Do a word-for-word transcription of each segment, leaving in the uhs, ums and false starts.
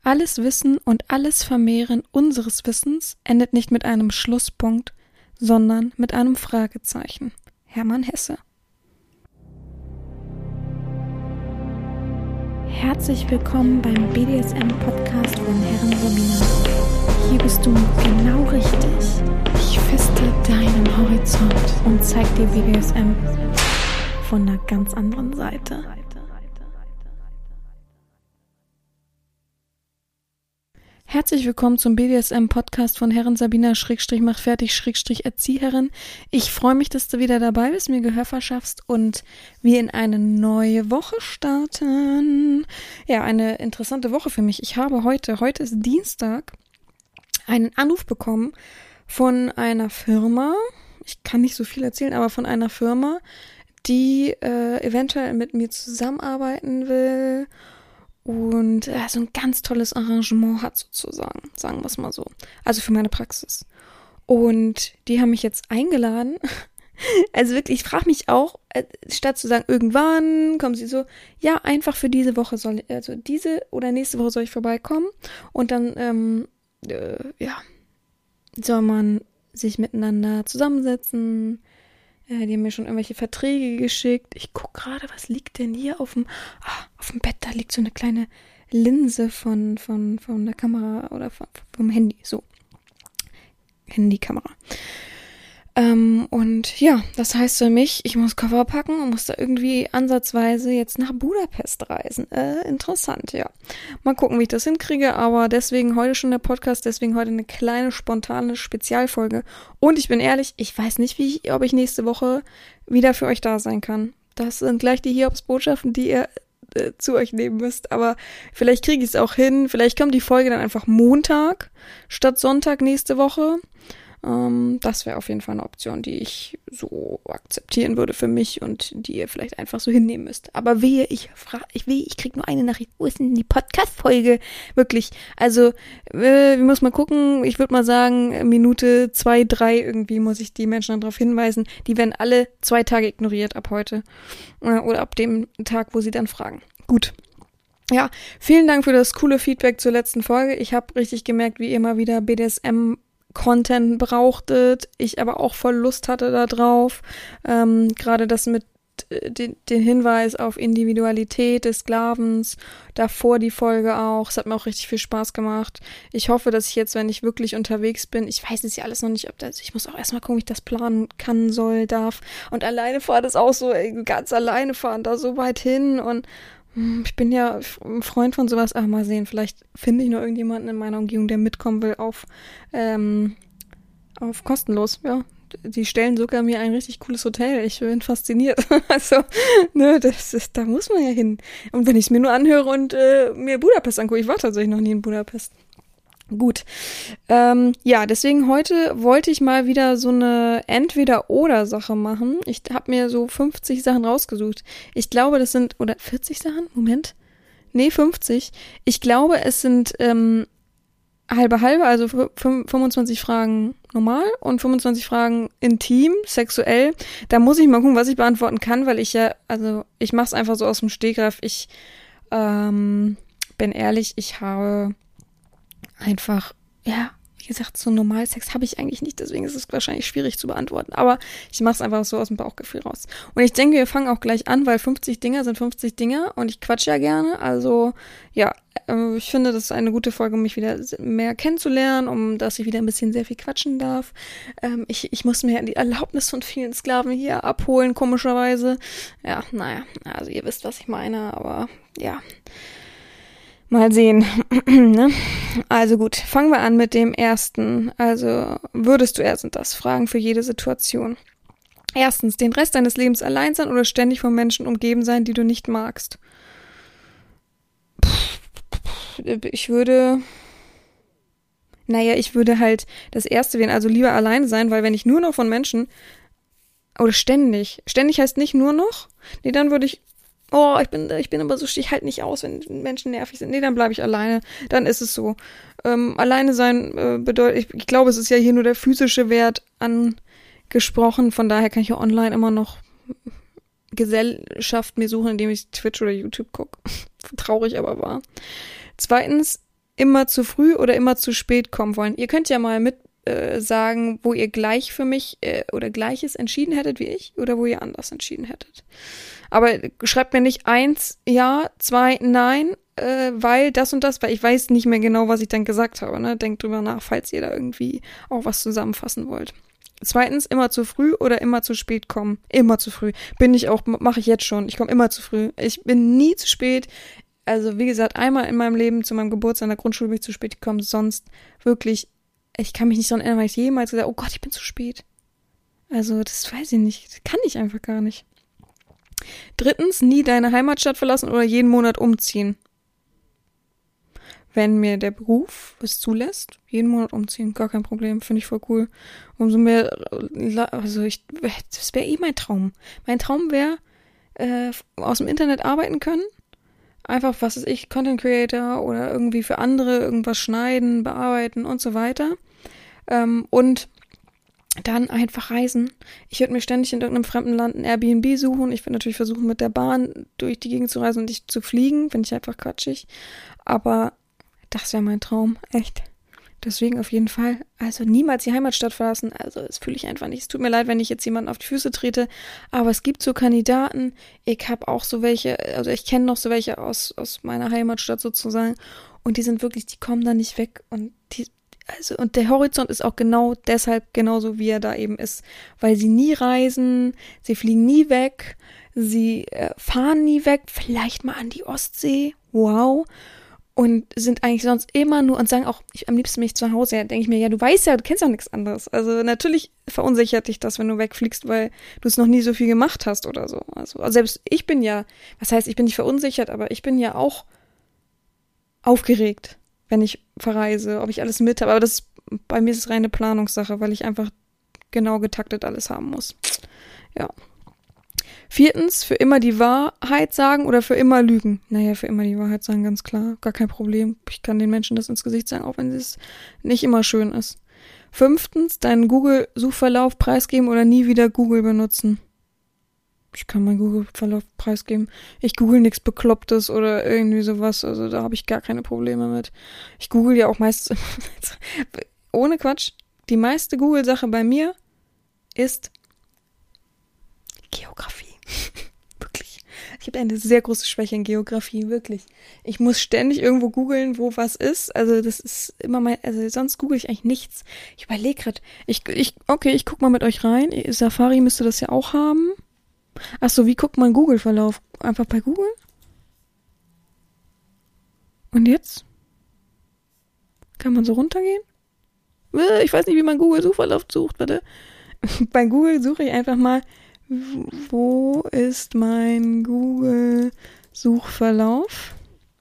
Alles Wissen und alles Vermehren unseres Wissens endet nicht mit einem Schlusspunkt, sondern mit einem Fragezeichen. Hermann Hesse. Herzlich willkommen beim B D S M-Podcast von Herren Sabina. Hier bist du genau richtig. Ich feste deinen Horizont und zeig dir B D S M von einer ganz anderen Seite. Herzlich willkommen zum B D S M-Podcast von Herren Sabina Schrägstrich macht fertig Schrägstrich Erzieherin. Ich freue mich, dass du wieder dabei bist, mir Gehör verschaffst und wir in eine neue Woche starten. Ja, eine interessante Woche für mich. Ich habe heute, heute ist Dienstag, einen Anruf bekommen von einer Firma. Ich kann nicht so viel erzählen, aber von einer Firma, die äh, eventuell mit mir zusammenarbeiten will. Und äh, so ein ganz tolles Arrangement hat sozusagen, sagen wir es mal so. Also für meine Praxis. Und die haben mich jetzt eingeladen. Also wirklich, ich frage mich auch, äh, statt zu sagen, irgendwann kommen sie so, ja, einfach für diese Woche soll, also diese oder nächste Woche soll ich vorbeikommen. Und dann, ähm, äh, ja, soll man sich miteinander zusammensetzen. Die haben mir schon irgendwelche Verträge geschickt. Ich gucke gerade, was liegt denn hier auf dem, ah, auf dem Bett? Da liegt so eine kleine Linse von, von, von der Kamera oder von, vom Handy. So. Handykamera. Ähm, und ja, das heißt für mich, ich muss Koffer packen und muss da irgendwie ansatzweise jetzt nach Budapest reisen. Äh, interessant, ja. Mal gucken, wie ich das hinkriege, aber deswegen heute schon der Podcast, deswegen heute eine kleine, spontane Spezialfolge. Und ich bin ehrlich, ich weiß nicht, wie ich, ob ich nächste Woche wieder für euch da sein kann. Das sind gleich die Hiobsbotschaften, die ihr äh, zu euch nehmen müsst, aber vielleicht kriege ich es auch hin. Vielleicht kommt die Folge dann einfach Montag statt Sonntag nächste Woche. Um, das wäre auf jeden Fall eine Option, die ich so akzeptieren würde für mich und die ihr vielleicht einfach so hinnehmen müsst. Aber wehe, ich frage, ich wehe, ich krieg nur eine Nachricht. Wo ist denn die Podcast-Folge? Wirklich. Also, äh, wir müssen mal gucken. Ich würde mal sagen, Minute zwei, drei irgendwie muss ich die Menschen dann darauf hinweisen. Die werden alle zwei Tage ignoriert ab heute. Äh, oder ab dem Tag, wo sie dann fragen. Gut. Ja, vielen Dank für das coole Feedback zur letzten Folge. Ich habe richtig gemerkt, wie ihr immer wieder B D S M Content brauchtet, ich aber auch voll Lust hatte da drauf. Ähm, gerade das mit äh, den, den Hinweis auf Individualität des Sklavens, davor die Folge auch. Es hat mir auch richtig viel Spaß gemacht. Ich hoffe, dass ich jetzt, wenn ich wirklich unterwegs bin, ich weiß es ja alles noch nicht, ob das, ich muss auch erstmal gucken, wie ich das planen kann, soll, darf. Und alleine fahren ist auch so, ey, ganz alleine fahren, da so weit hin und ich bin ja ein Freund von sowas. Ach, mal sehen, vielleicht finde ich noch irgendjemanden in meiner Umgebung, der mitkommen will auf, ähm, auf kostenlos, ja. Die stellen sogar mir ein richtig cooles Hotel. Ich bin fasziniert. Also, ne, das ist, da muss man ja hin. Und wenn ich es mir nur anhöre und äh, mir Budapest angucke, ich war tatsächlich noch nie in Budapest. Gut. Ähm, ja, deswegen heute wollte ich mal wieder so eine Entweder-Oder-Sache machen. Ich habe mir so fünfzig Sachen rausgesucht. Ich glaube, das sind, oder vierzig Sachen? Moment. Nee, fünfzig. Ich glaube, es sind ähm, halbe halbe, also fünfundzwanzig Fragen normal und fünfundzwanzig Fragen intim, sexuell. Da muss ich mal gucken, was ich beantworten kann, weil ich ja, also ich mache es einfach so aus dem Stegreif. Ich ähm, bin ehrlich, ich habe einfach, ja, wie gesagt, so Normalsex habe ich eigentlich nicht, deswegen ist es wahrscheinlich schwierig zu beantworten. Aber ich mache es einfach so aus dem Bauchgefühl raus. Und ich denke, wir fangen auch gleich an, weil fünfzig Dinger sind fünfzig Dinger und ich quatsche ja gerne. Also, ja, äh, ich finde, das ist eine gute Folge, um mich wieder mehr kennenzulernen, um dass ich wieder ein bisschen sehr viel quatschen darf. Ähm, ich, ich muss mir die Erlaubnis von vielen Sklaven hier abholen, komischerweise. Ja, naja, also ihr wisst, was ich meine, aber ja. Mal sehen. Ne? Also gut, fangen wir an mit dem ersten. Also, würdest du erst sind das Fragen für jede Situation. Erstens, den Rest deines Lebens allein sein oder ständig von Menschen umgeben sein, die du nicht magst? Ich würde, naja, ich würde halt das erste wählen, also lieber allein sein, weil wenn ich nur noch von Menschen, oder ständig, ständig heißt nicht nur noch, nee, dann würde ich oh, ich bin, ich bin aber so, ich halt nicht aus, wenn Menschen nervig sind. Nee, dann bleibe ich alleine. Dann ist es so. Ähm, alleine sein äh, bedeutet, ich, ich glaube, es ist ja hier nur der physische Wert angesprochen. Von daher kann ich ja online immer noch Gesellschaft mir suchen, indem ich Twitch oder YouTube gucke. Traurig aber wahr. Zweitens, immer zu früh oder immer zu spät kommen wollen. Ihr könnt ja mal mit äh, sagen, wo ihr gleich für mich äh, oder Gleiches entschieden hättet wie ich oder wo ihr anders entschieden hättet. Aber schreibt mir nicht eins, ja, zwei, nein, äh, weil das und das, weil ich weiß nicht mehr genau, was ich dann gesagt habe. Ne? Denkt drüber nach, falls ihr da irgendwie auch was zusammenfassen wollt. Zweitens, immer zu früh oder immer zu spät kommen. Immer zu früh. Bin ich auch, mache ich jetzt schon. Ich komme immer zu früh. Ich bin nie zu spät. Also wie gesagt, einmal in meinem Leben zu meinem Geburtstag in der Grundschule bin ich zu spät gekommen. Sonst wirklich, ich kann mich nicht daran erinnern, weil ich jemals gesagt habe, oh Gott, ich bin zu spät. Also das weiß ich nicht. Das kann ich einfach gar nicht. Drittens, nie deine Heimatstadt verlassen oder jeden Monat umziehen. Wenn mir der Beruf es zulässt, jeden Monat umziehen, gar kein Problem, finde ich voll cool. Umso mehr, also ich, das wäre eh mein Traum. Mein Traum wäre, äh, aus dem Internet arbeiten können. Einfach, was weiß ich, Content Creator oder irgendwie für andere irgendwas schneiden, bearbeiten und so weiter. Ähm, und dann einfach reisen. Ich würde mir ständig in irgendeinem fremden Land ein Airbnb suchen. Ich würde natürlich versuchen, mit der Bahn durch die Gegend zu reisen und nicht zu fliegen. Finde ich einfach quatschig. Aber das wäre mein Traum, echt. Deswegen auf jeden Fall, also niemals die Heimatstadt verlassen. Also das fühle ich einfach nicht. Es tut mir leid, wenn ich jetzt jemanden auf die Füße trete, aber es gibt so Kandidaten. Ich habe auch so welche, also ich kenne noch so welche aus, aus meiner Heimatstadt sozusagen. Und die sind wirklich, die kommen da nicht weg. Und die, also, und der Horizont ist auch genau deshalb genauso, wie er da eben ist. Weil sie nie reisen, sie fliegen nie weg, sie äh, fahren nie weg, vielleicht mal an die Ostsee. Wow. Und sind eigentlich sonst immer nur und sagen auch, ich am liebsten bin ich zu Hause. Ja, denke ich mir, ja, du weißt ja, du kennst auch nichts anderes. Also natürlich verunsichert dich das, wenn du wegfliegst, weil du es noch nie so viel gemacht hast oder so. Also, also selbst ich bin ja, was heißt, ich bin nicht verunsichert, aber ich bin ja auch aufgeregt, wenn ich verreise, ob ich alles mit habe. Aber das bei mir ist es reine Planungssache, weil ich einfach genau getaktet alles haben muss. Ja. Viertens, für immer die Wahrheit sagen oder für immer lügen. Naja, für immer die Wahrheit sagen, ganz klar. Gar kein Problem. Ich kann den Menschen das ins Gesicht sagen, auch wenn es nicht immer schön ist. Fünftens, deinen Google-Suchverlauf preisgeben oder nie wieder Google benutzen. Ich kann meinen Google-Verlauf preisgeben. Ich google nichts Beklopptes oder irgendwie sowas. Also da habe ich gar keine Probleme mit. Ich google ja auch meistens, ohne Quatsch, die meiste Google-Sache bei mir ist Geografie. Wirklich. Ich habe eine sehr große Schwäche in Geografie, wirklich. Ich muss ständig irgendwo googeln, wo was ist. Also das ist immer mein, also sonst google ich eigentlich nichts. Ich überlege gerade, ich, ich, okay, ich guck mal mit euch rein. Safari müsste das ja auch haben. Ach so, wie guckt man Google-Verlauf? Einfach bei Google? Und jetzt? Kann man so runtergehen? Ich weiß nicht, wie man Google-Suchverlauf sucht, warte. Bei Google suche ich einfach mal, wo ist mein Google-Suchverlauf?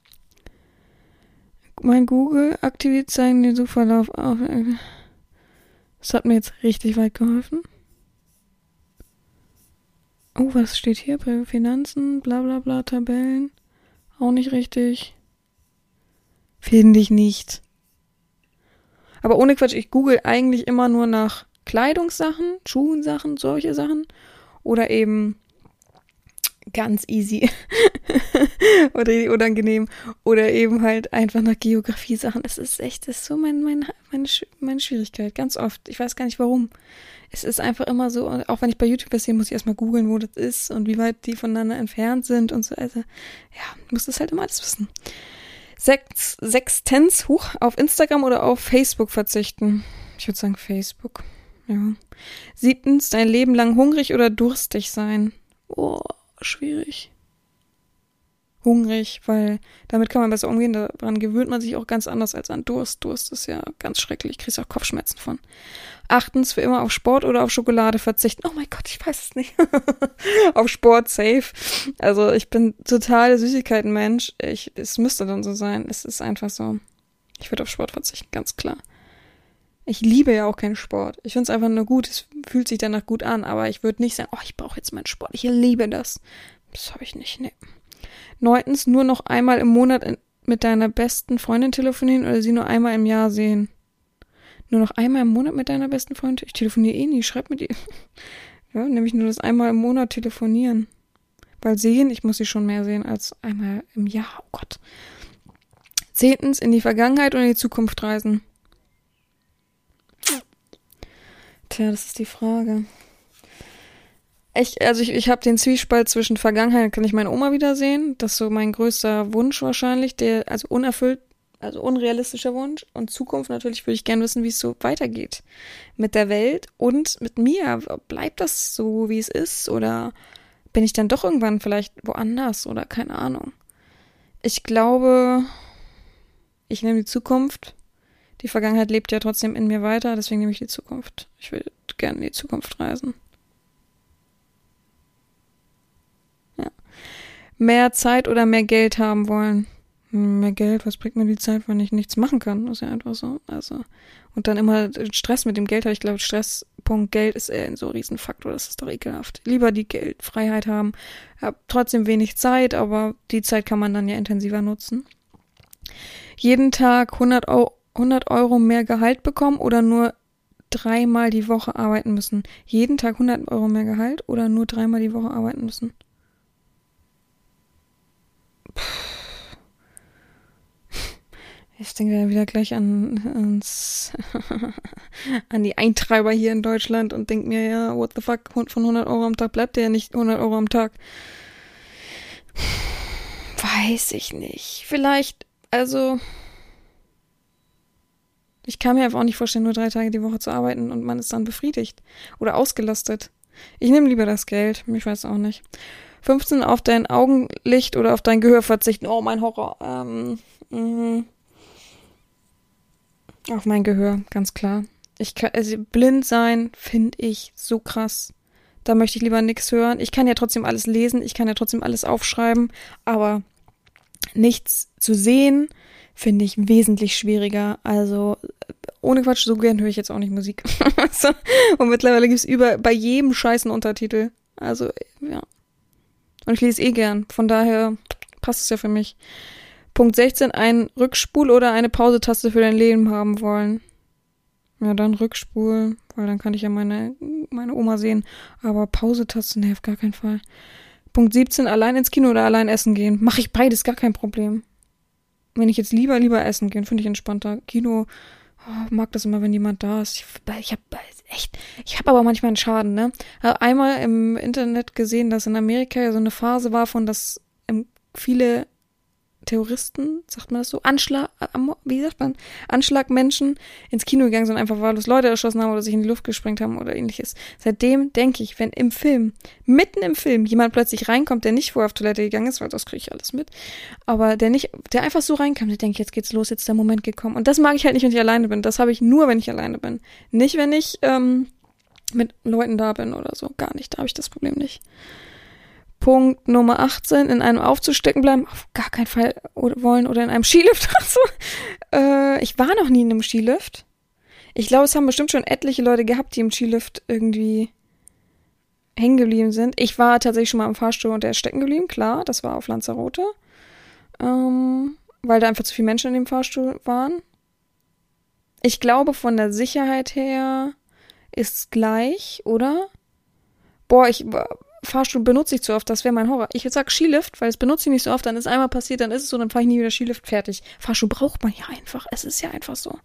Mein Google aktiviert zeigen den Suchverlauf auf. Das hat mir jetzt richtig weit geholfen. Oh, was steht hier? Bei Finanzen, bla bla bla, Tabellen. Auch nicht richtig. Finde ich nicht. Aber ohne Quatsch, ich google eigentlich immer nur nach Kleidungssachen, Schuhensachen, solche Sachen. Oder eben ganz easy oder unangenehm. Oder eben halt einfach nach Geografie-Sachen. Es ist echt, das ist so mein, mein, meine, meine Schwierigkeit. Ganz oft. Ich weiß gar nicht warum. Es ist einfach immer so, auch wenn ich bei YouTube was sehe, muss ich erstmal googeln, wo das ist und wie weit die voneinander entfernt sind und so. Also, ja, ich muss das halt immer alles wissen. Sechs, sechstens, huch, auf Instagram oder auf Facebook verzichten. Ich würde sagen Facebook. Ja. Siebtens, dein Leben lang hungrig oder durstig sein. Oh, schwierig. Hungrig, weil damit kann man besser umgehen. Daran gewöhnt man sich auch ganz anders als an Durst. Durst ist ja ganz schrecklich. Kriegst auch Kopfschmerzen von. Achtens, für immer auf Sport oder auf Schokolade verzichten. Oh mein Gott, ich weiß es nicht. Auf Sport safe. Also ich bin total Süßigkeitenmensch. Ich, es müsste dann so sein. Es ist einfach so. Ich würde auf Sport verzichten, ganz klar. Ich liebe ja auch keinen Sport. Ich finde es einfach nur gut. Es fühlt sich danach gut an. Aber ich würde nicht sagen, oh, ich brauche jetzt meinen Sport. Ich liebe das. Das habe ich nicht, nee. Neuntens, nur noch einmal im Monat in, mit deiner besten Freundin telefonieren oder sie nur einmal im Jahr sehen. Nur noch einmal im Monat mit deiner besten Freundin? Ich telefoniere eh nie, schreib mit ihr. Ja, nämlich nur das einmal im Monat telefonieren. Weil sehen, ich muss sie schon mehr sehen als einmal im Jahr. Oh Gott. Zehntens, in die Vergangenheit oder in die Zukunft reisen. Tja, das ist die Frage. Ich, also ich, ich habe den Zwiespalt zwischen Vergangenheit, kann ich meine Oma wiedersehen. Das ist so mein größter Wunsch wahrscheinlich, der, also unerfüllt, also unrealistischer Wunsch. Und Zukunft natürlich würde ich gerne wissen, wie es so weitergeht mit der Welt und mit mir. Bleibt das so, wie es ist? Oder bin ich dann doch irgendwann vielleicht woanders? Oder keine Ahnung. Ich glaube, ich nehme die Zukunft. Die Vergangenheit lebt ja trotzdem in mir weiter, deswegen nehme ich die Zukunft. Ich will gerne in die Zukunft reisen. Ja. Mehr Zeit oder mehr Geld haben wollen? Mehr Geld, was bringt mir die Zeit, wenn ich nichts machen kann? Das ist ja einfach so. Also, und dann immer Stress mit dem Geld habe. Ich glaube, Stresspunkt Geld ist eher so ein Riesenfaktor. Das ist doch ekelhaft. Lieber die Geldfreiheit haben. Hab trotzdem wenig Zeit, aber die Zeit kann man dann ja intensiver nutzen. Jeden Tag hundert Euro mehr Gehalt bekommen oder nur dreimal die Woche arbeiten müssen? Jeden Tag hundert Euro mehr Gehalt oder nur dreimal die Woche arbeiten müssen? Puh. Ich denke dann wieder gleich an, ans, an die Eintreiber hier in Deutschland und denke mir, ja, what the fuck, von hundert Euro am Tag bleibt der ja nicht hundert Euro am Tag. Weiß ich nicht. Vielleicht, also, ich kann mir einfach auch nicht vorstellen, nur drei Tage die Woche zu arbeiten und man ist dann befriedigt oder ausgelastet. Ich nehme lieber das Geld, ich weiß auch nicht. fünfzehn auf dein Augenlicht oder auf dein Gehör verzichten. Oh, mein Horror. Ähm, mh. Auf mein Gehör, ganz klar. Ich kann, also blind sein, finde ich so krass. Da möchte ich lieber nichts hören. Ich kann ja trotzdem alles lesen, ich kann ja trotzdem alles aufschreiben, aber nichts zu sehen, finde ich wesentlich schwieriger. Also, ohne Quatsch, so gern höre ich jetzt auch nicht Musik. Und mittlerweile gibt es über bei jedem Scheiß einen Untertitel. Also, ja. Und ich lese eh gern. Von daher passt es ja für mich. Punkt sechzehn, ein Rückspul- oder eine Pausetaste für dein Leben haben wollen. Ja, dann Rückspul, weil dann kann ich ja meine, meine Oma sehen. Aber Pausetaste, nee, auf gar keinen Fall. Punkt siebzehn, allein ins Kino oder allein essen gehen. Mache ich beides, gar kein Problem. Wenn ich jetzt lieber, lieber essen gehen, finde ich entspannter. Kino, oh, mag das immer, wenn jemand da ist. Ich, ich habe echt, ich habe aber manchmal einen Schaden, ne? Einmal im Internet gesehen, dass in Amerika ja so eine Phase war von, dass viele Terroristen, sagt man das so, Anschlag, wie sagt man, Anschlagmenschen ins Kino gegangen sind, einfach wahllos Leute erschossen haben oder sich in die Luft gesprengt haben oder ähnliches. Seitdem denke ich, wenn im Film, mitten im Film, jemand plötzlich reinkommt, der nicht vorher auf Toilette gegangen ist, weil das kriege ich alles mit, aber der nicht, der einfach so reinkam, der denke ich, jetzt geht's los, jetzt ist der Moment gekommen. Und das mag ich halt nicht, wenn ich alleine bin. Das habe ich nur, wenn ich alleine bin. Nicht, wenn ich ähm, mit Leuten da bin oder so. Gar nicht, da habe ich das Problem nicht. Punkt Nummer achtzehn, in einem Aufzug stecken bleiben, auf gar keinen Fall wollen oder in einem Skilift oder so. Äh, ich war noch nie in einem Skilift. Ich glaube, es haben bestimmt schon etliche Leute gehabt, die im Skilift irgendwie hängen geblieben sind. Ich war tatsächlich schon mal im Fahrstuhl und der ist stecken geblieben, klar, das war auf Lanzarote. Ähm, weil da einfach zu viele Menschen in dem Fahrstuhl waren. Ich glaube, von der Sicherheit her ist es gleich, oder? Boah, ich... Fahrstuhl benutze ich zu oft, das wäre mein Horror. Ich sag Skilift, weil es benutze ich nicht so oft, dann ist einmal passiert, dann ist es so, dann fahre ich nie wieder Skilift, fertig. Fahrstuhl braucht man ja einfach, es ist ja einfach so.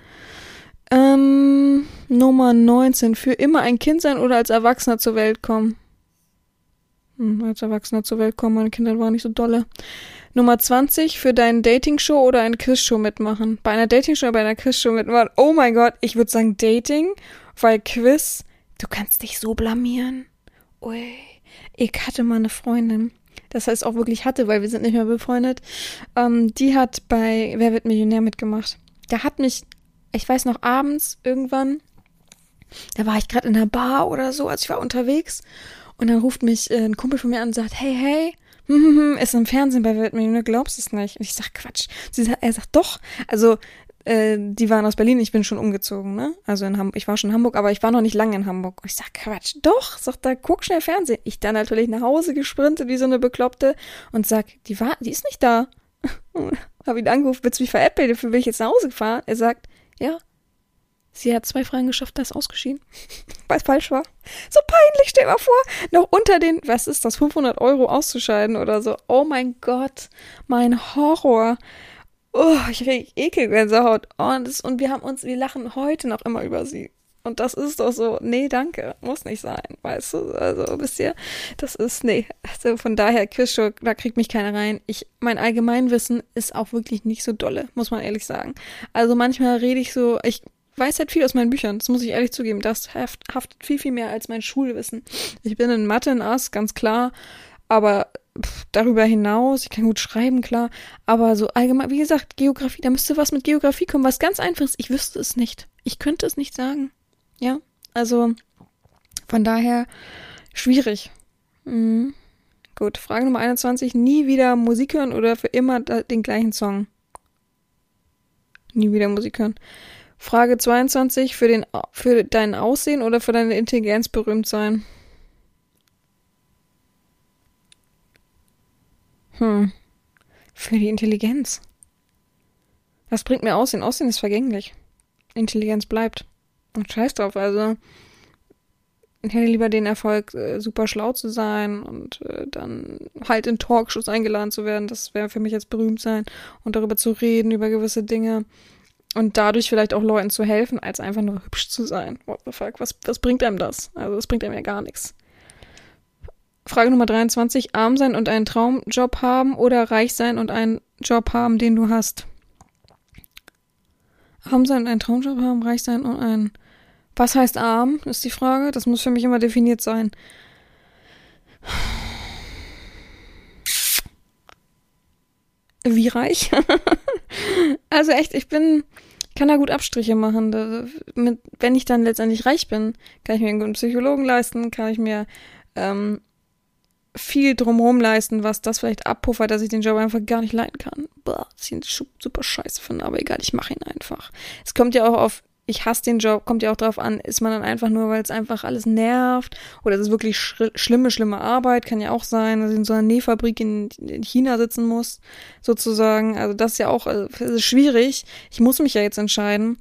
Ähm, Nummer neunzehn, für immer ein Kind sein oder als Erwachsener zur Welt kommen? Hm, als Erwachsener zur Welt kommen, meine Kinder waren nicht so dolle. Nummer zwanzig, für deine Dating-Show oder eine Quizshow mitmachen? Bei einer Dating-Show oder bei einer Quizshow mitmachen? Oh mein Gott, ich würde sagen Dating, weil Quiz, du kannst dich so blamieren. Ui, ich hatte mal eine Freundin, das heißt auch wirklich hatte, weil wir sind nicht mehr befreundet, ähm, die hat bei Wer wird Millionär mitgemacht. Da hat mich, ich weiß noch, abends irgendwann, da war ich gerade in der Bar oder so, also ich war unterwegs und dann ruft mich äh, ein Kumpel von mir an und sagt, hey, hey, hm, hm, hm, ist im Fernsehen bei Wer wird Millionär, glaubst du es nicht? Und ich sag, Quatsch. Sie sagt, er sagt, doch, also Äh, die waren aus Berlin, ich bin schon umgezogen, ne? Also in Hamburg, ich war schon in Hamburg, aber ich war noch nicht lange in Hamburg. Und ich sag, Quatsch, doch, sagt er, guck schnell Fernsehen. Ich dann natürlich nach Hause gesprintet wie so eine Bekloppte und sag, die war, die ist nicht da. Hab ihn angerufen, willst du mich veräppeln, dafür will ich jetzt nach Hause fahren. Er sagt, ja, sie hat zwei Fragen geschafft, da ist ausgeschieden. Weil es falsch war. So peinlich, stell dir mal vor, noch unter den, was ist das, fünfhundert Euro auszuscheiden oder so. Oh mein Gott, mein Horror. Oh, ich kriege Ekelgänsehaut. Oh, und, das, und wir haben uns, wir lachen heute noch immer über sie. Und das ist doch so, nee, danke, muss nicht sein, weißt du, also, wisst ihr, das ist, nee, also von daher, Quizshow, da kriegt mich keiner rein. Ich, mein Allgemeinwissen ist auch wirklich nicht so dolle, muss man ehrlich sagen. Also manchmal rede ich so, ich weiß halt viel aus meinen Büchern, das muss ich ehrlich zugeben, das haft, haftet viel, viel mehr als mein Schulwissen. Ich bin in Mathe ein Ass, ganz klar, aber pff, darüber hinaus, ich kann gut schreiben, klar, aber so allgemein, wie gesagt, Geografie, da müsste was mit Geografie kommen, was ganz einfaches, ich wüsste es nicht. Ich könnte es nicht sagen. Ja, also von daher schwierig. Mhm. Gut, Frage Nummer einundzwanzig. Nie wieder Musik hören oder für immer den gleichen Song? Nie wieder Musik hören. Frage zweiundzwanzig. Für, den, für dein Aussehen oder für deine Intelligenz berühmt sein? Hm. Für die Intelligenz. Was bringt mir Aussehen? Aussehen ist vergänglich. Intelligenz bleibt. Und scheiß drauf, also ich hätte lieber den Erfolg, äh, super schlau zu sein und äh, dann halt in Talkshows eingeladen zu werden. Das wäre für mich jetzt berühmt sein und darüber zu reden, über gewisse Dinge und dadurch vielleicht auch Leuten zu helfen, als einfach nur hübsch zu sein. What the fuck, was, was bringt einem das? Also das bringt einem ja gar nichts. Frage Nummer dreiundzwanzig. Arm sein und einen Traumjob haben oder reich sein und einen Job haben, den du hast? Arm sein und einen Traumjob haben, reich sein und einen... Was heißt arm, ist die Frage. Das muss für mich immer definiert sein. Wie reich? Also echt, ich bin, ich kann da gut Abstriche machen. Da, mit, wenn ich dann letztendlich reich bin, kann ich mir einen guten Psychologen leisten, kann ich mir ähm, viel drumherum leisten, was das vielleicht abpuffert, dass ich den Job einfach gar nicht leiten kann. Boah, das ist super scheiße finde, aber egal, ich mache ihn einfach. Es kommt ja auch auf ich hasse den Job, kommt ja auch drauf an, ist man dann einfach nur, weil es einfach alles nervt oder ist es wirklich sch- schlimme, schlimme Arbeit, kann ja auch sein, dass ich in so einer Nähfabrik in, in China sitzen muss, sozusagen. Also das ist ja auch also, das ist schwierig. Ich muss mich ja jetzt entscheiden.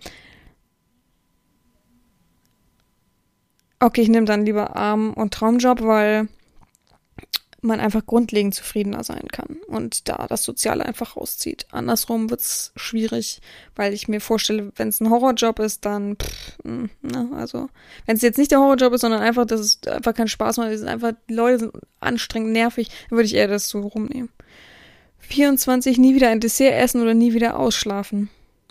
Okay, ich nehme dann lieber Arm- und Traumjob, weil man einfach grundlegend zufriedener sein kann und da das Soziale einfach rauszieht. Andersrum wird's schwierig, weil ich mir vorstelle, wenn es ein Horrorjob ist, dann pff, ne, also wenn es jetzt nicht der Horrorjob ist, sondern einfach, dass es einfach keinen Spaß macht, es ist einfach, die Leute sind anstrengend, nervig, dann würde ich eher das so rumnehmen. vierundzwanzig. Nie wieder ein Dessert essen oder nie wieder ausschlafen?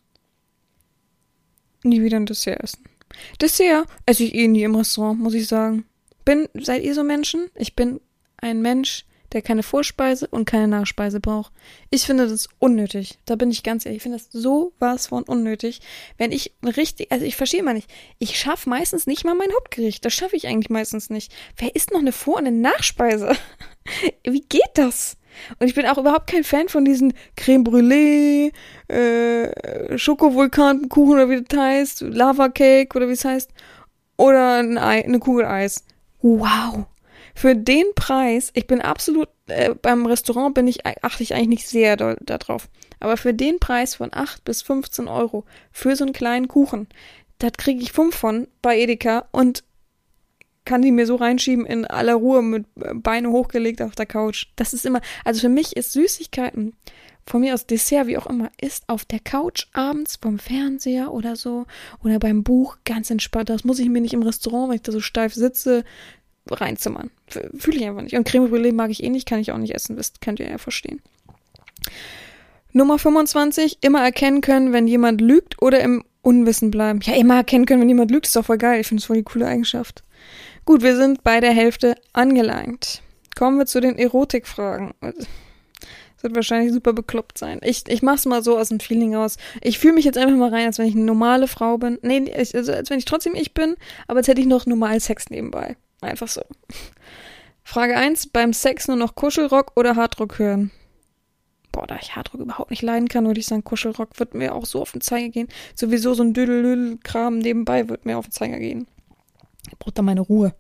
Nie wieder ein Dessert essen. Dessert esse ich eh nie im Restaurant, muss ich sagen. Bin, seid ihr so Menschen? Ich bin ein Mensch, der keine Vorspeise und keine Nachspeise braucht. Ich finde das unnötig. Da bin ich ganz ehrlich. Ich finde das sowas von unnötig. Wenn ich richtig, also ich verstehe mal nicht, ich schaffe meistens nicht mal mein Hauptgericht. Das schaffe ich eigentlich meistens nicht. Wer isst noch eine Vor- und eine Nachspeise? Wie geht das? Und ich bin auch überhaupt kein Fan von diesen Creme Brûlée, äh, Schokovulkankuchen oder wie das heißt, Lava Cake oder wie es heißt, oder ein Ei, eine Kugel Eis. Wow. Für den Preis, ich bin absolut, äh, beim Restaurant bin ich, achte ich eigentlich nicht sehr da, da drauf. Aber für den Preis von acht bis fünfzehn Euro für so einen kleinen Kuchen, da kriege ich fünf von bei Edeka und kann die mir so reinschieben in aller Ruhe mit Beine hochgelegt auf der Couch. Das ist immer, also für mich ist Süßigkeiten, von mir aus Dessert, wie auch immer, ist auf der Couch abends vom Fernseher oder so oder beim Buch ganz entspannt. Das muss ich mir nicht im Restaurant, wenn ich da so steif sitze, reinzimmern. Fühle ich einfach nicht. Und Creme Brûlée mag ich eh nicht, kann ich auch nicht essen, das könnt ihr ja verstehen. Nummer fünfundzwanzig. Immer erkennen können, wenn jemand lügt oder im Unwissen bleiben. Ja, immer erkennen können, wenn jemand lügt, ist doch voll geil. Ich finde das voll die coole Eigenschaft. Gut, wir sind bei der Hälfte angelangt. Kommen wir zu den Erotikfragen. Das wird wahrscheinlich super bekloppt sein. Ich, ich mach's mal so aus dem Feeling raus. Ich fühle mich jetzt einfach mal rein, als wenn ich eine normale Frau bin. Nee, also als wenn ich trotzdem ich bin, aber als hätte ich noch normal Sex nebenbei. Einfach so. Frage eins. Beim Sex nur noch Kuschelrock oder Hardrock hören? Boah, da ich Hardrock überhaupt nicht leiden kann, würde ich sagen, Kuschelrock wird mir auch so auf den Zeiger gehen. Sowieso so ein Dödel-Dödel-Kram nebenbei wird mir auf den Zeiger gehen. Ich brauche da meine Ruhe.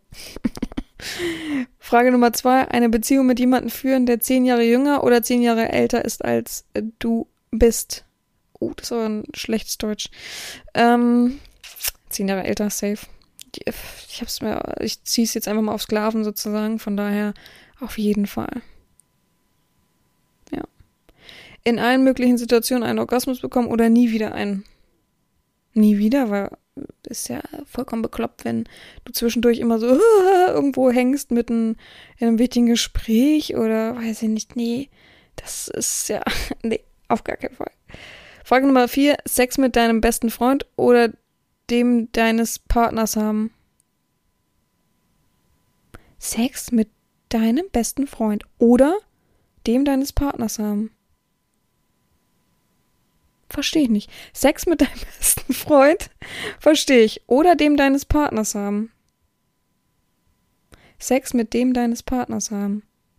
Frage Nummer zwei. Eine Beziehung mit jemandem führen, der zehn Jahre jünger oder zehn Jahre älter ist, als äh, du bist. Oh, das ist aber ein schlechtes Deutsch. Ähm, zehn Jahre älter, safe. Ich hab's mir, ich zieh's jetzt einfach mal auf Sklaven sozusagen, von daher auf jeden Fall. Ja. in allen möglichen Situationen einen Orgasmus bekommen oder nie wieder einen. Nie wieder, weil ist ja vollkommen bekloppt, wenn du zwischendurch immer so irgendwo hängst mitten in einem wichtigen Gespräch oder weiß ich nicht, nee, das ist ja, nee, auf gar keinen Fall. Frage Nummer vier, Sex mit deinem besten Freund oder dem deines Partners haben? Sex mit deinem besten Freund oder dem deines Partners haben? Verstehe ich nicht. Sex mit deinem besten Freund? Verstehe ich. Oder dem deines Partners haben. Sex mit dem deines Partners haben.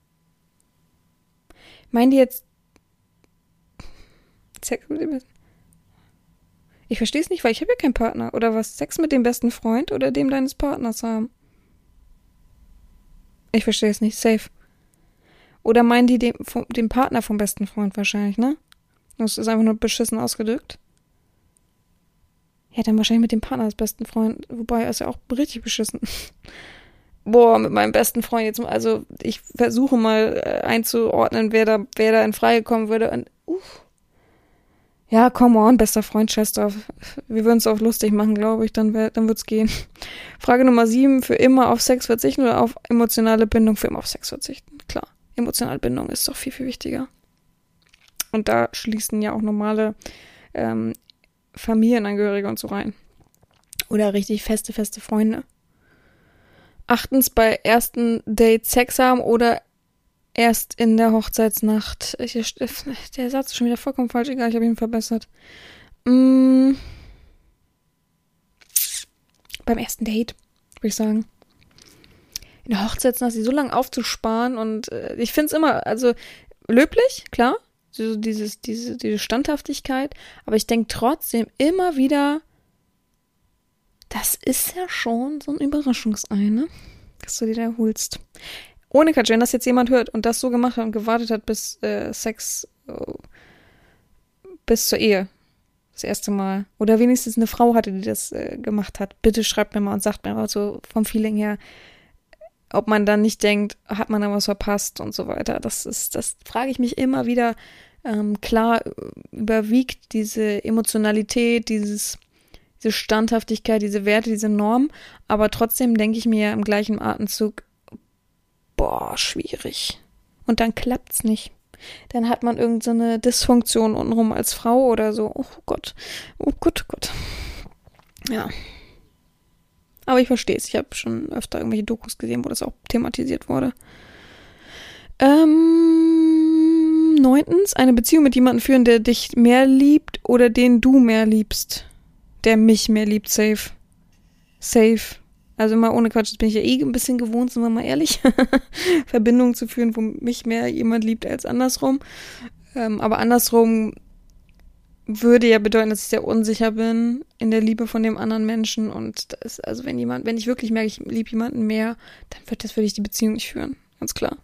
Meinen die jetzt Sex mit dem besten? Ich verstehe es nicht, weil ich habe ja keinen Partner. Oder was? Sex mit dem besten Freund oder dem deines Partners haben? Ich verstehe es nicht. Safe. Oder meinen die den, den Partner vom besten Freund wahrscheinlich, ne? Das ist einfach nur beschissen ausgedrückt. Ja, dann wahrscheinlich mit dem Partner des besten Freundes. Wobei, er ist ja auch richtig beschissen. Boah, mit meinem besten Freund jetzt. Also, ich versuche mal äh, einzuordnen, wer da, wer da in Frage kommen würde. Und, uff. Ja, come on, bester Freund, scheiß drauf. Wir würden es auch lustig machen, glaube ich. Dann, wär, dann wird's gehen. Frage Nummer sieben. Für immer auf Sex verzichten oder auf emotionale Bindung? Für immer auf Sex verzichten. Klar. Emotionale Bindung ist doch viel, viel wichtiger. Und da schließen ja auch normale ähm, Familienangehörige und so rein. Oder richtig feste, feste Freunde. Achtens, bei ersten Date Sex haben oder erst in der Hochzeitsnacht. Ich, der Satz ist schon wieder vollkommen falsch, egal, ich habe ihn verbessert. Mm, beim ersten Date, würde ich sagen. In der Hochzeitsnacht sie so lange aufzusparen und äh, ich finde es immer, also löblich, klar. So dieses, diese, diese Standhaftigkeit. Aber ich denke trotzdem immer wieder, das ist ja schon so ein Überraschungsei, ne? Dass du dir da holst. Ohne Quatsch, wenn das jetzt jemand hört und das so gemacht hat und gewartet hat bis äh, Sex, oh, bis zur Ehe. Das erste Mal. Oder wenigstens eine Frau hatte, die das äh, gemacht hat. Bitte schreibt mir mal und sagt mir mal so vom Feeling her, ob man dann nicht denkt, hat man da was verpasst und so weiter. Das ist, das frage ich mich immer wieder. Ähm, klar überwiegt diese Emotionalität, dieses, diese Standhaftigkeit, diese Werte, diese Norm, aber trotzdem denke ich mir im gleichen Atemzug, boah, schwierig. Und dann klappt's nicht. Dann hat man irgendeine so Dysfunktion untenrum als Frau oder so. Oh Gott, oh Gott, Gott. Ja. Aber ich verstehe es. Ich habe schon öfter irgendwelche Dokus gesehen, wo das auch thematisiert wurde. Ähm, neuntens, eine Beziehung mit jemandem führen, der dich mehr liebt oder den du mehr liebst. Der mich mehr liebt, safe. Safe. Also mal ohne Quatsch, das bin ich ja eh ein bisschen gewohnt, sind wir mal ehrlich. Verbindungen zu führen, wo mich mehr jemand liebt als andersrum. Ähm, aber andersrum würde ja bedeuten, dass ich sehr unsicher bin in der Liebe von dem anderen Menschen und das, also wenn jemand, wenn ich wirklich merke, ich liebe jemanden mehr, dann wird das, würde ich die Beziehung nicht führen, ganz klar.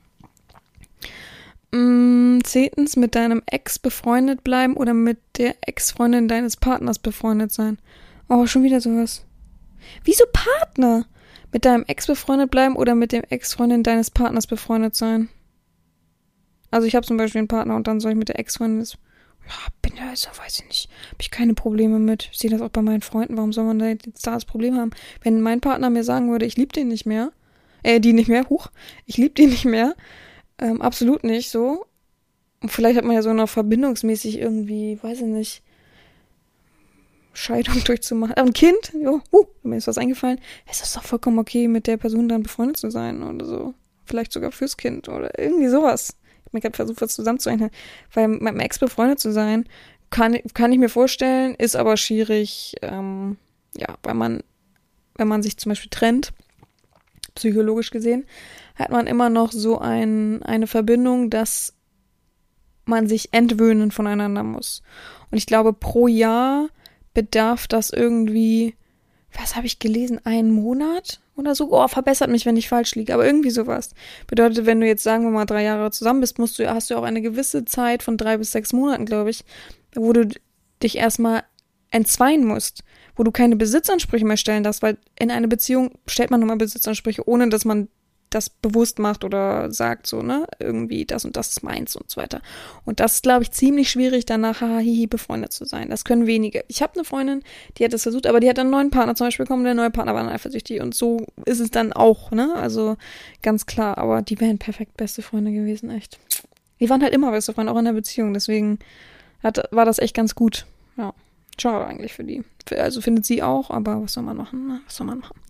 Mm, zehntens, mit deinem Ex befreundet bleiben oder mit der Ex-Freundin deines Partners befreundet sein. Oh, schon wieder sowas. Wieso Partner? Mit deinem Ex befreundet bleiben oder mit dem Ex-Freundin deines Partners befreundet sein? Also ich habe zum Beispiel einen Partner und dann soll ich mit der Ex-Freundin des ja, bin da, also, weiß ich nicht, habe ich keine Probleme mit. Ich sehe das auch bei meinen Freunden. Warum soll man da jetzt da das Problem haben? Wenn mein Partner mir sagen würde, ich liebe den nicht mehr, äh, die nicht mehr, huch, ich liebe den nicht mehr, ähm, absolut nicht so. Und vielleicht hat man ja so noch verbindungsmäßig irgendwie, weiß ich nicht, Scheidung durchzumachen. Ein Kind, jo, uh, mir ist was eingefallen. Es ist doch vollkommen okay, mit der Person dann befreundet zu sein oder so. Vielleicht sogar fürs Kind oder irgendwie sowas. Ich habe mir gerade versucht, was zusammenzueinhalten. Weil mit meinem Ex befreundet zu sein, kann, kann ich mir vorstellen, ist aber schwierig, ähm, ja, weil man, wenn man sich zum Beispiel trennt, psychologisch gesehen, hat man immer noch so ein, eine Verbindung, dass man sich entwöhnen voneinander muss. Und ich glaube, pro Jahr bedarf das irgendwie, was habe ich gelesen, einen Monat oder so? Oh, verbessert mich, wenn ich falsch liege, aber irgendwie sowas. Bedeutet, wenn du jetzt, sagen wir mal, drei Jahre zusammen bist, musst du, hast du auch eine gewisse Zeit von drei bis sechs Monaten, glaube ich, wo du dich erstmal entzweien musst, wo du keine Besitzansprüche mehr stellen darfst, weil in einer Beziehung stellt man nun mal Besitzansprüche, ohne dass man das bewusst macht oder sagt so, ne, irgendwie das und das ist meins und so weiter. Und das ist, glaube ich, ziemlich schwierig, danach haha, hihi, befreundet zu sein. Das können wenige. Ich habe eine Freundin, die hat das versucht, aber die hat einen neuen Partner zum Beispiel bekommen, der neue Partner war dann eifersüchtig und so ist es dann auch, ne, also ganz klar, aber die wären perfekt beste Freunde gewesen, echt. Die waren halt immer beste Freunde, auch in der Beziehung, deswegen hat, war das echt ganz gut, ja. Schade eigentlich für die. Also findet sie auch, aber was soll man machen, ne? Was soll man machen?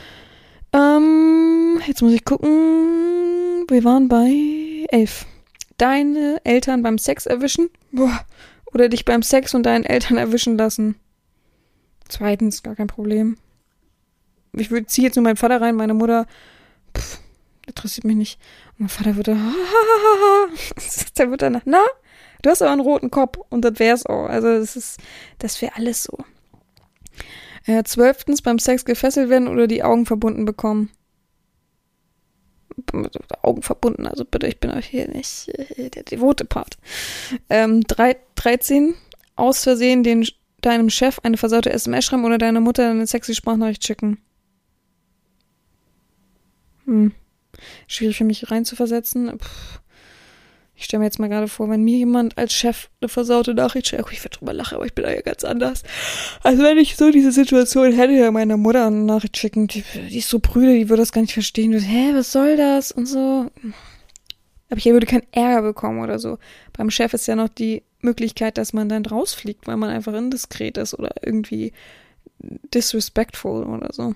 Ähm, jetzt muss ich gucken. Wir waren bei elf. Deine Eltern beim Sex erwischen? Boah. Oder dich beim Sex und deinen Eltern erwischen lassen? Zweitens, gar kein Problem. Ich würde ziehe jetzt nur meinen Vater rein, meine Mutter, pff, interessiert mich nicht. Und mein Vater würde, der wird danach, na? Du hast aber einen roten Kopf und das wär's auch. Also das ist, das wäre alles so. Äh, zwölftens beim Sex gefesselt werden oder die Augen verbunden bekommen. Augen verbunden, also bitte, ich bin euch hier nicht äh, der devote Part. Ähm, drei, dreizehn aus Versehen den, deinem Chef eine versaute S M S schreiben oder deiner Mutter eine sexy Sprachnachricht schicken. Hm. Schwierig für mich reinzuversetzen. Puh. Ich stelle mir jetzt mal gerade vor, wenn mir jemand als Chef eine versaute Nachricht schreibt, oh, ich werde drüber lachen, aber ich bin da ja ganz anders. Also wenn ich so diese Situation hätte, ja meiner Mutter eine Nachricht schicken, die, die ist so prüde, die würde das gar nicht verstehen. Die, hä, was soll das? Und so. Aber ich würde keinen Ärger bekommen oder so. Beim Chef ist ja noch die Möglichkeit, dass man dann rausfliegt, weil man einfach indiskret ist oder irgendwie disrespectful oder so.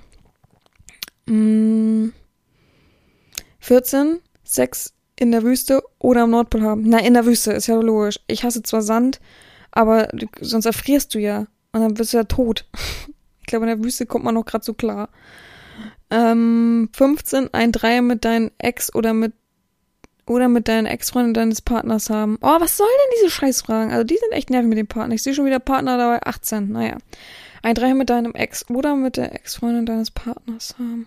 Mm. vierzehn. Sex in der Wüste oder am Nordpol haben. Na, in der Wüste, ist ja logisch. Ich hasse zwar Sand, aber du, sonst erfrierst du ja. Und dann wirst du ja tot. Ich glaube, in der Wüste kommt man noch gerade so klar. Ähm, fünfzehn. Ein Dreier mit deinen Ex oder mit oder mit deinen Ex-Freunden deines Partners haben. Oh, was soll denn diese Scheißfragen? Also die sind echt nervig mit dem Partner. Ich sehe schon wieder Partner dabei, achtzehn. Naja. Ein Dreier mit deinem Ex oder mit der Ex-Freundin deines Partners haben.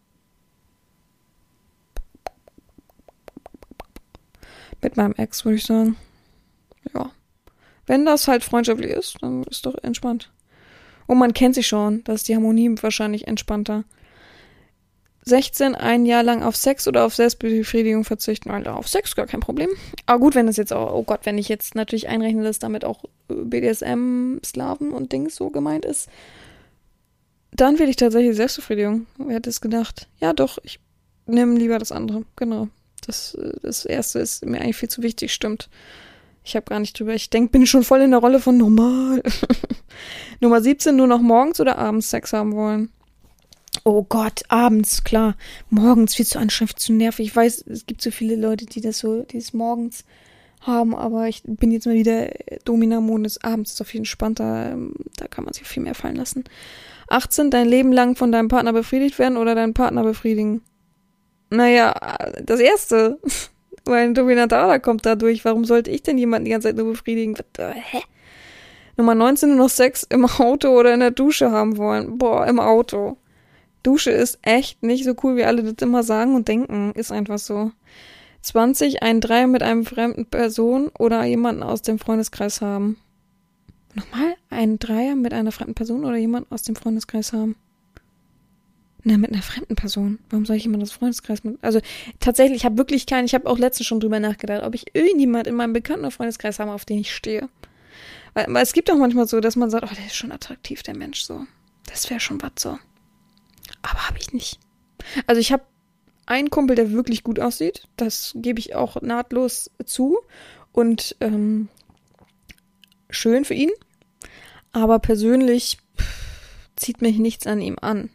Mit meinem Ex, würde ich sagen. Ja. Wenn das halt freundschaftlich ist, dann ist doch entspannt. Und man kennt sich schon. Da ist die Harmonie wahrscheinlich entspannter. sechzehn. Ein Jahr lang auf Sex oder auf Selbstbefriedigung verzichten. Alter, auf Sex gar kein Problem. Aber gut, wenn das jetzt auch, oh Gott, wenn ich jetzt natürlich einrechne, dass damit auch B D S M, Slaven und Dings so gemeint ist, dann will ich tatsächlich Selbstbefriedigung. Wer hätte es gedacht? Ja, doch, ich nehme lieber das andere. Genau. Das, das erste ist mir eigentlich viel zu wichtig, stimmt. Ich habe gar nicht drüber. Ich denke, bin ich schon voll in der Rolle von normal. Nummer siebzehn, nur noch morgens oder abends Sex haben wollen. Oh Gott, abends, klar. Morgens viel zu anstrengend, zu nervig. Ich weiß, es gibt so viele Leute, die das so, die es morgens haben, aber ich bin jetzt mal wieder Domina-Modus. Abends ist auf jeden Fall entspannter. Da kann man sich viel mehr fallen lassen. achtzehn, dein Leben lang von deinem Partner befriedigt werden oder deinen Partner befriedigen. Naja, das erste. Weil ein dominanter Ader kommt dadurch. Warum sollte ich denn jemanden die ganze Zeit nur befriedigen? Hä? Nummer neunzehn, nur noch Sex im Auto oder in der Dusche haben wollen. Boah, im Auto. Dusche ist echt nicht so cool, wie alle das immer sagen und denken. Ist einfach so. zwanzig, ein Dreier mit einem fremden Person oder jemanden aus dem Freundeskreis haben. Nochmal? Ein Dreier mit einer fremden Person oder jemanden aus dem Freundeskreis haben? Na, mit einer fremden Person. Warum soll ich jemanden aus dem Freundeskreis mit... Also, tatsächlich, ich habe wirklich keinen... Ich habe auch letztens schon drüber nachgedacht, ob ich irgendjemand in meinem bekannten Freundeskreis habe, auf den ich stehe. Weil, weil es gibt auch manchmal so, dass man sagt, oh, der ist schon attraktiv, der Mensch, so. Das wäre schon was so. Aber habe ich nicht. Also, ich habe einen Kumpel, der wirklich gut aussieht. Das gebe ich auch nahtlos zu. Und, ähm, schön für ihn. Aber persönlich pff, zieht mich nichts an ihm an.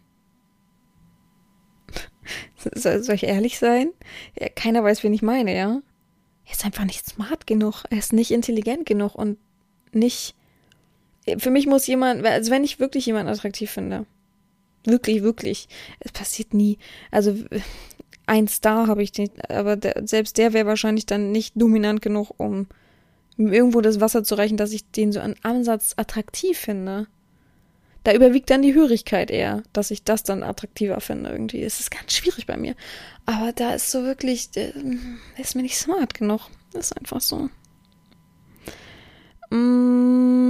Soll, soll ich ehrlich sein? Ja, keiner weiß, wen ich meine, ja? Er ist einfach nicht smart genug. Er ist nicht intelligent genug und nicht... Für mich muss jemand... Also wenn ich wirklich jemanden attraktiv finde, wirklich, wirklich, es passiert nie. Also ein Star habe ich nicht, aber der, selbst der wäre wahrscheinlich dann nicht dominant genug, um irgendwo das Wasser zu reichen, dass ich den so an Ansatz attraktiv finde. Da überwiegt dann die Hörigkeit eher, dass ich das dann attraktiver finde irgendwie. Es ist ganz schwierig bei mir. Aber da ist so wirklich, der ist mir nicht smart genug. Das ist einfach so.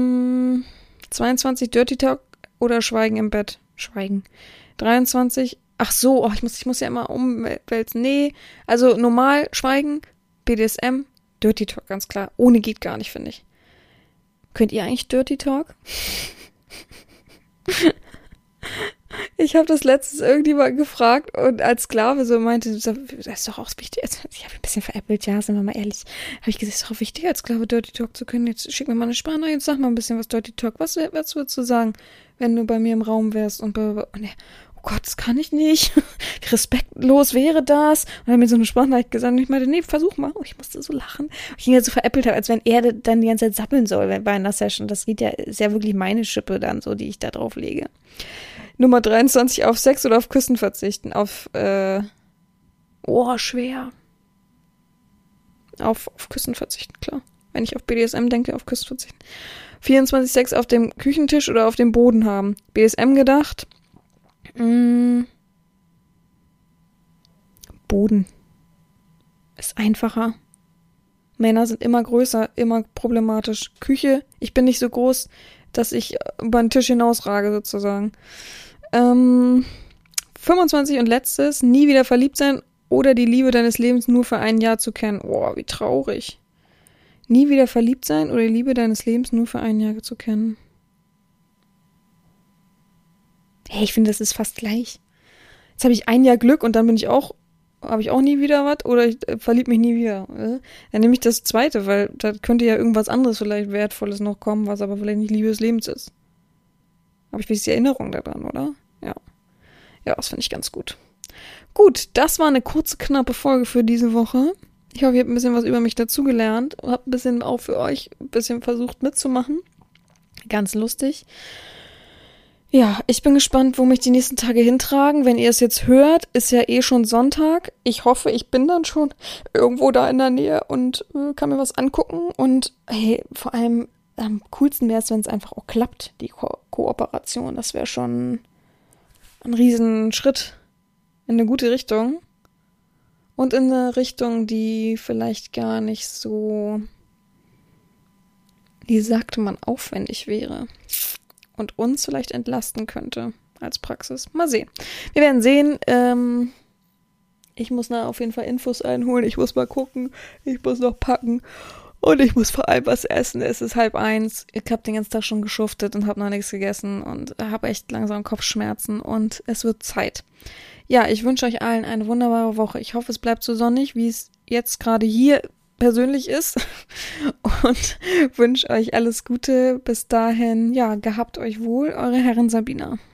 Mm, zweiundzwanzig Dirty Talk oder Schweigen im Bett? Schweigen. dreiundzwanzig Ach so, oh, ich muss, ich muss ja immer umwälzen. Nee, also normal, Schweigen, B D S M, Dirty Talk, ganz klar. Ohne geht gar nicht, finde ich. Könnt ihr eigentlich Dirty Talk? Ich habe das letztens irgendjemand gefragt und als Sklave so meinte, das ist doch auch wichtig. Ich habe ein bisschen veräppelt, ja, sind wir mal ehrlich. Habe ich gesagt, es ist doch wichtig, als Sklave Dirty Talk zu können. Jetzt schick mir mal eine Sprachnachricht und sag mal ein bisschen was Dirty Talk. Was, was würdest du sagen, wenn du bei mir im Raum wärst? Und, und er, oh Gott, das kann ich nicht. Wie respektlos wäre das? Und er hat mir so eine Sprachnachricht gesagt und ich meinte, nee, versuch mal. Oh, ich musste so lachen. Ich ihn ja so veräppelt habe, als wenn er dann die ganze Zeit sappeln soll bei einer Session. Das geht ja, ist ja wirklich meine Schippe dann so, die ich da drauf lege. Nummer dreiundzwanzig, auf Sex oder auf Küssen verzichten? Auf, äh, oh, schwer. Auf, auf Küssen verzichten, klar. Wenn ich auf B D S M denke, auf Küssen verzichten. vierundzwanzig, Sex auf dem Küchentisch oder auf dem Boden haben? B D S M gedacht. Mm. Boden. Ist einfacher. Männer sind immer größer, immer problematisch. Küche, ich bin nicht so groß, dass ich über den Tisch hinausrage, sozusagen. Ähm, fünfundzwanzig und letztes, nie wieder verliebt sein oder die Liebe deines Lebens nur für ein Jahr zu kennen. Oh, wie traurig. Nie wieder verliebt sein oder die Liebe deines Lebens nur für ein Jahr zu kennen. Hey, ich finde, das ist fast gleich. Jetzt habe ich ein Jahr Glück und dann bin ich auch, habe ich auch nie wieder was oder ich äh, verliebe mich nie wieder. Äh? Dann nehme ich das zweite, weil da könnte ja irgendwas anderes vielleicht Wertvolles noch kommen, was aber vielleicht nicht Liebe des Lebens ist. Aber ich will die Erinnerung daran, oder? Ja. Ja, das finde ich ganz gut. Gut, das war eine kurze, knappe Folge für diese Woche. Ich hoffe, ihr habt ein bisschen was über mich dazugelernt und habt ein bisschen auch für euch ein bisschen versucht mitzumachen. Ganz lustig. Ja, ich bin gespannt, wo mich die nächsten Tage hintragen. Wenn ihr es jetzt hört, ist ja eh schon Sonntag. Ich hoffe, ich bin dann schon irgendwo da in der Nähe und äh, kann mir was angucken. Und hey, vor allem am coolsten wäre es, wenn es einfach auch klappt, die Ko- Kooperation. Das wäre schon ein riesen Schritt in eine gute Richtung. Und in eine Richtung, die vielleicht gar nicht so, wie sagte man, aufwendig wäre. Und uns vielleicht entlasten könnte als Praxis. Mal sehen. Wir werden sehen. Ähm, ich muss da auf jeden Fall Infos einholen. Ich muss mal gucken. Ich muss noch packen. Und ich muss vor allem was essen. Es ist halb eins. Ich habe den ganzen Tag schon geschuftet und habe noch nichts gegessen und habe echt langsam Kopfschmerzen und es wird Zeit. Ja, ich wünsche euch allen eine wunderbare Woche. Ich hoffe, es bleibt so sonnig, wie es jetzt gerade hier persönlich ist. Und wünsche euch alles Gute. Bis dahin, ja, gehabt euch wohl. Eure Herrin Sabina.